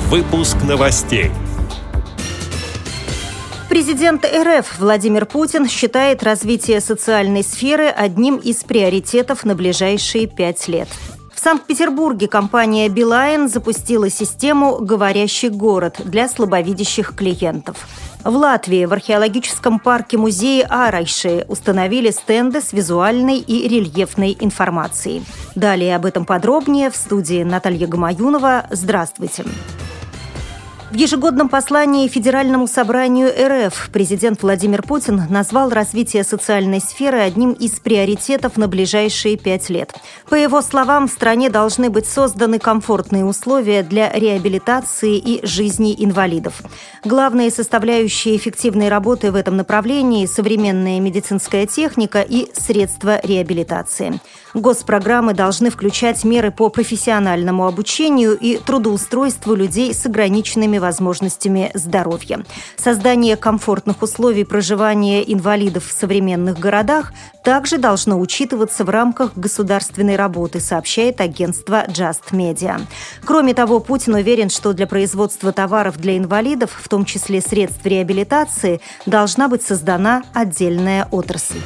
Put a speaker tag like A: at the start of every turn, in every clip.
A: Выпуск новостей.
B: Президент РФ Владимир Путин считает развитие социальной сферы одним из приоритетов на ближайшие 5 лет. В Санкт-Петербурге компания «Билайн» запустила систему «Говорящий город» для слабовидящих клиентов. В Латвии в археологическом парке-музее Арайши установили стенды с визуальной и рельефной информацией. Далее об этом подробнее в студии Наталья Гамаюнова. Здравствуйте. В ежегодном послании Федеральному собранию РФ президент Владимир Путин назвал развитие социальной сферы одним из приоритетов на ближайшие 5 лет. По его словам, в стране должны быть созданы комфортные условия для реабилитации и жизни инвалидов. Главные составляющие эффективной работы в этом направлении – современная медицинская техника и средства реабилитации. Госпрограммы должны включать меры по профессиональному обучению и трудоустройству людей с ограниченными возможностями здоровья. Создание комфортных условий проживания инвалидов в современных городах также должно учитываться в рамках государственной работы, сообщает агентство Just Media. Кроме того, Путин уверен, что для производства товаров для инвалидов, в том числе средств реабилитации, должна быть создана отдельная отрасль.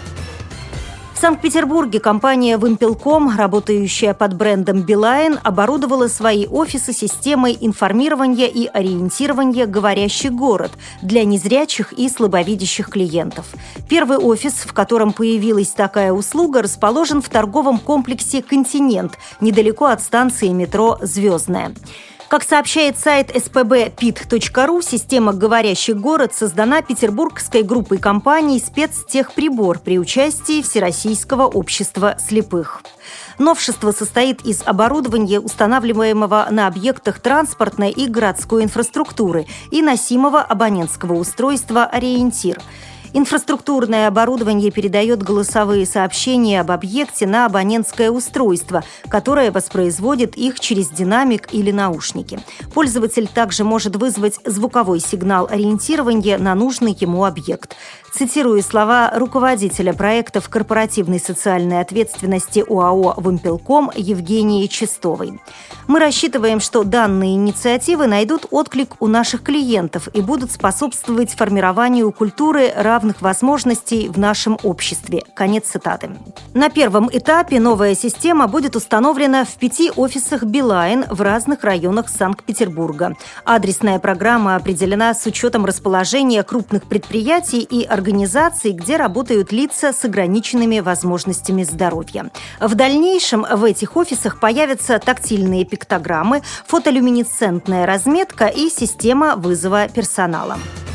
B: В Санкт-Петербурге компания «Вымпелком», работающая под брендом «Билайн», оборудовала свои офисы системой информирования и ориентирования «Говорящий город» для незрячих и слабовидящих клиентов. Первый офис, в котором появилась такая услуга, расположен в торговом комплексе «Континент», недалеко от станции метро «Звездная». Как сообщает сайт spbpit.ru, система «Говорящий город» создана петербургской группой компаний «Спецтехприбор» при участии Всероссийского общества слепых. Новшество состоит из оборудования, устанавливаемого на объектах транспортной и городской инфраструктуры, и носимого абонентского устройства «Ориентир». Инфраструктурное оборудование передает голосовые сообщения об объекте на абонентское устройство, которое воспроизводит их через динамик или наушники. Пользователь также может вызвать звуковой сигнал ориентирования на нужный ему объект. Цитирую слова руководителя проектов корпоративной социальной ответственности ОАО «Вымпелком» Евгении Чистовой. Мы рассчитываем, что данные инициативы найдут отклик у наших клиентов и будут способствовать формированию культуры равных возможностей в нашем обществе. Конец цитаты. На первом этапе новая система будет установлена в 5 офисах «Билайн» в разных районах Санкт-Петербурга. Адресная программа определена с учетом расположения крупных предприятий и организаций, где работают лица с ограниченными возможностями здоровья. В дальнейшем в этих офисах появятся тактильные пиктограммы, фотолюминесцентная разметка и система вызова персонала.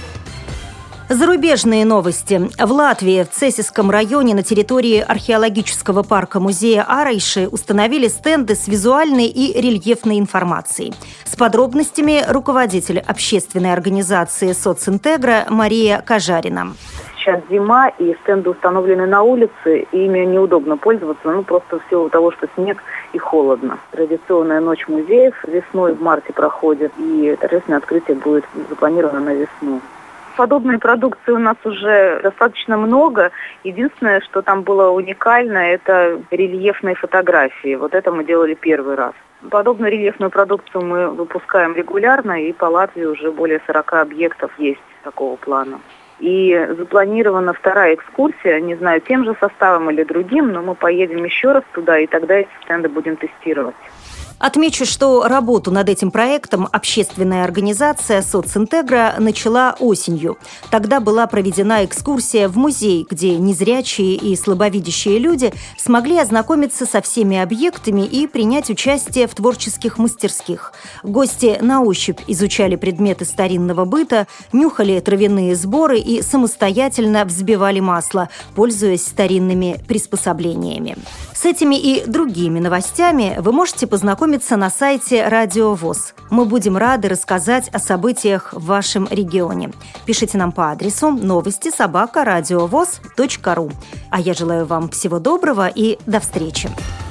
B: Зарубежные новости. В Латвии, в Цесиском районе на территории археологического парка-музея Арайши установили стенды с визуальной и рельефной информацией. С подробностями руководитель общественной организации «Социнтегра» Мария Кажарина.
C: Сейчас зима, и стенды установлены на улице, и ими неудобно пользоваться, просто в силу того, что снег и холодно. Традиционная ночь музеев весной в марте проходит, и торжественное открытие будет запланировано на весну. Подобной продукции у нас уже достаточно много. Единственное, что там было уникально, это рельефные фотографии. Вот это мы делали первый раз. Подобную рельефную продукцию мы выпускаем регулярно, и по Латвии уже более 40 объектов есть такого плана. И запланирована вторая экскурсия, не знаю, тем же составом или другим, но мы поедем еще раз туда, и тогда эти стенды будем тестировать.
B: Отмечу, что работу над этим проектом общественная организация «Социнтегра» начала осенью. Тогда была проведена экскурсия в музей, где незрячие и слабовидящие люди смогли ознакомиться со всеми объектами и принять участие в творческих мастерских. Гости на ощупь изучали предметы старинного быта, нюхали травяные сборы и самостоятельно взбивали масло, пользуясь старинными приспособлениями. С этими и другими новостями вы можете познакомиться на сайте Радио ВОС. Мы будем рады рассказать о событиях в вашем регионе. Пишите нам по адресу новости@радиовос.ру. А я желаю вам всего доброго и до встречи.